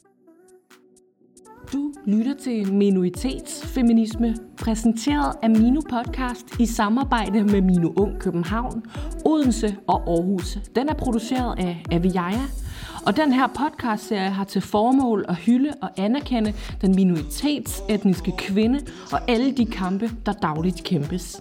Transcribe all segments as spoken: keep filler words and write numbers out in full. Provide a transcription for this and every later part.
Du lytter til Minoritetsfeminisme, præsenteret af Mino Podcast i samarbejde med Mino Ung København, Odense og Aarhus. Den er produceret af Aviaja, og den her podcastserie har til formål at hylde og anerkende den minoritetsetniske kvinde og alle de kampe, der dagligt kæmpes.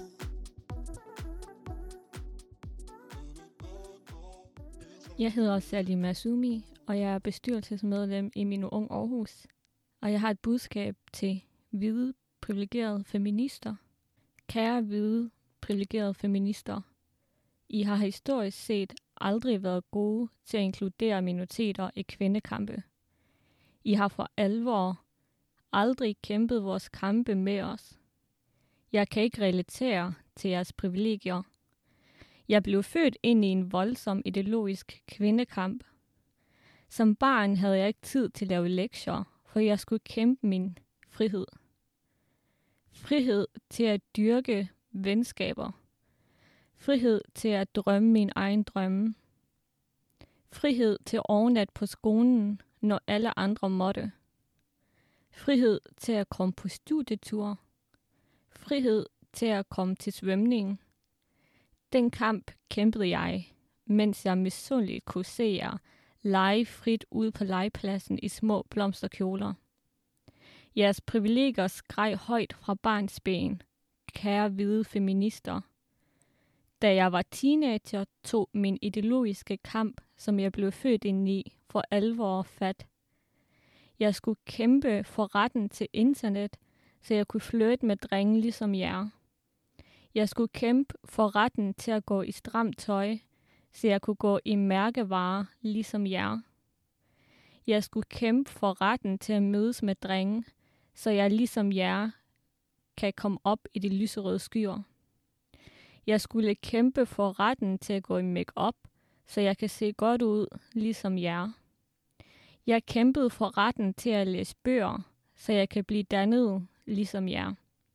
Jeg hedder Sally Masumi, og jeg er bestyrelsesmedlem i Mino Ung Aarhus. Og jeg har et budskab til hvide, privilegerede feminister. Kære hvide, privilegerede feminister, I har historisk set aldrig været gode til at inkludere minoriteter i kvindekampe. I har for alvor aldrig kæmpet vores kampe med os. Jeg kan ikke relatere til jeres privilegier. Jeg blev født ind i en voldsom ideologisk kvindekamp. Som barn havde jeg ikke tid til at lave lektier, for jeg skulle kæmpe min frihed. Frihed til at dyrke venskaber. Frihed til at drømme min egen drømme. Frihed til at overnat på skolen, når alle andre måtte. Frihed til at komme på studietur. Frihed til at komme til svømning. Den kamp kæmpede jeg, mens jeg misundeligt kunne se jer lege frit ude på legepladsen i små blomsterkjoler. Jeres privilegier skreg højt fra barnsben, kære hvide feminister. Da jeg var teenager, tog min ideologiske kamp, som jeg blev født ind i, for alvor fat. Jeg skulle kæmpe for retten til internet, så jeg kunne flirte med drenge ligesom jer. Jeg skulle kæmpe for retten til at gå i stramt tøj, så jeg kunne gå i mærkevarer ligesom jer. Jeg skulle kæmpe for retten til at mødes med drenge, så jeg ligesom jer kan komme op i de lyserøde skyer. Jeg skulle kæmpe for retten til at gå i make-up, så jeg kan se godt ud ligesom jer. Jeg kæmpede for retten til at læse bøger, så jeg kan blive dannet ligesom jer.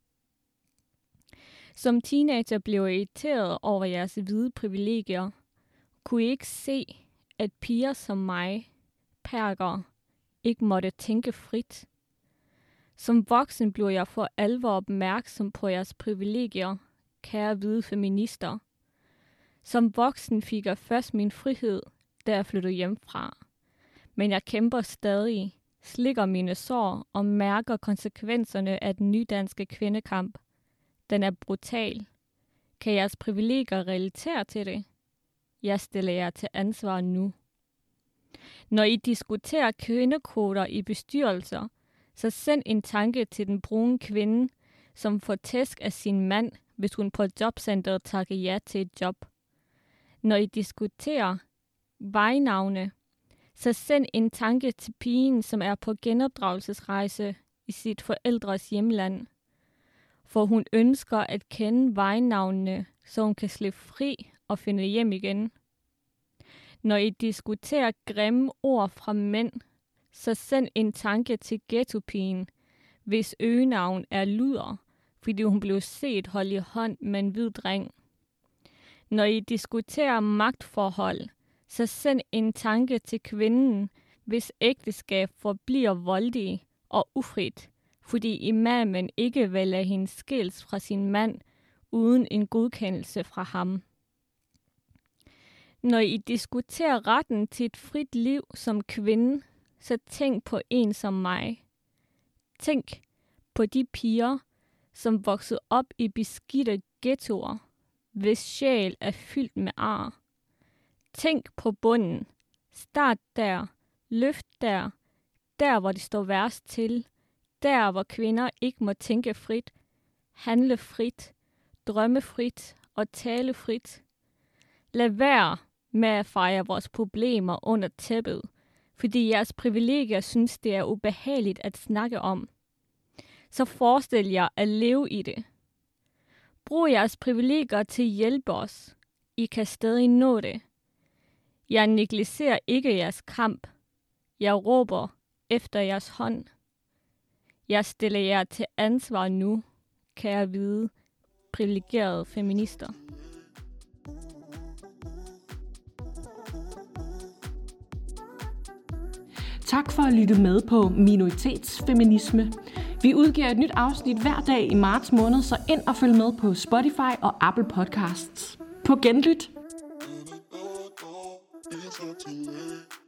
Som teenager blev jeg irriteret over jeres hvide privilegier. Kunne I ikke se, at piger som mig, perker, ikke måtte tænke frit? Som voksen blev jeg for alvor opmærksom på jeres privilegier, kære hvide feminister. Som voksen fik jeg først min frihed, da jeg flyttede hjemmefra. Men jeg kæmper stadig, slikker mine sår og mærker konsekvenserne af den nydanske kvindekamp. Den er brutal. Kan jeres privilegier relatere til det? Jeg stiller jer til ansvar nu. Når I diskuterer kvindekvoter i bestyrelser, så send en tanke til den brune kvinde, som får tæsk af sin mand, hvis hun på jobcenteret takker ja til et job. Når I diskuterer vejnavne, så send en tanke til pigen, som er på genopdragelsesrejse i sit forældres hjemland. For hun ønsker at kende vejnavnene, så hun kan slippe fri og finde hjem igen. Når I diskuterer grimme ord fra mænd, så send en tanke til ghettopigen, hvis øgenavn er luder, fordi hun blev set holde i hånd med en hvid dreng. Når I diskuterer magtforhold, så send en tanke til kvinden, hvis ægteskab forbliver voldig og ufrit, fordi imamen ikke vil lade hende skils fra sin mand uden en godkendelse fra ham. Når I diskuterer retten til et frit liv som kvinde, så tænk på en som mig. Tænk på de piger, som voksede op i beskidte ghettoer, hvis sjæl er fyldt med ar. Tænk på bunden. Start der. Løft der. Der, hvor det står værst til. Der, hvor kvinder ikke må tænke frit, handle frit, drømme frit og tale frit. Lad være med at fejre vores problemer under tæppet, fordi jeres privilegier synes, det er ubehageligt at snakke om. Så forestil jer at leve i det. Brug jeres privilegier til at hjælpe os. I kan stadig nå det. Jeg negligerer ikke jeres kamp. Jeg råber efter jeres hånd. Jeg stiller jer til ansvar nu, kære hvide, privilegerede feminister. Tak for at lytte med på Minoritetsfeminisme. Vi udgiver et nyt afsnit hver dag i marts måned, så ind og følg med på Spotify og Apple Podcasts. På genlyt! It's not too late.